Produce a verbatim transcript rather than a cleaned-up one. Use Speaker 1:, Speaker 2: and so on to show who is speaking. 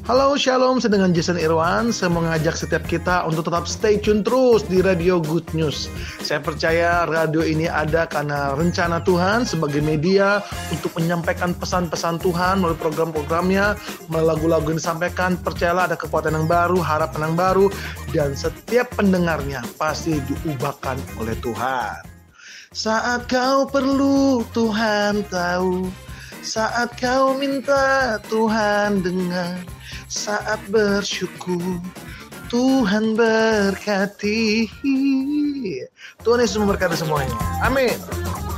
Speaker 1: Halo Shalom, saya dengan Jason Irwan. Saya mengajak setiap kita untuk tetap stay tune terus di Radio Good News. Saya percaya radio ini ada karena rencana Tuhan sebagai media untuk menyampaikan pesan-pesan Tuhan melalui program-programnya, melalui lagu-lagu yang disampaikan. Percayalah ada kekuatan yang baru, harapan yang baru, dan setiap pendengarnya pasti diubahkan oleh Tuhan. Saat kau perlu, Tuhan tahu. Saat kau minta, Tuhan dengar. Saat bersyukur, Tuhan berkati. Tuhan Yesus memberkati semuanya. Amin.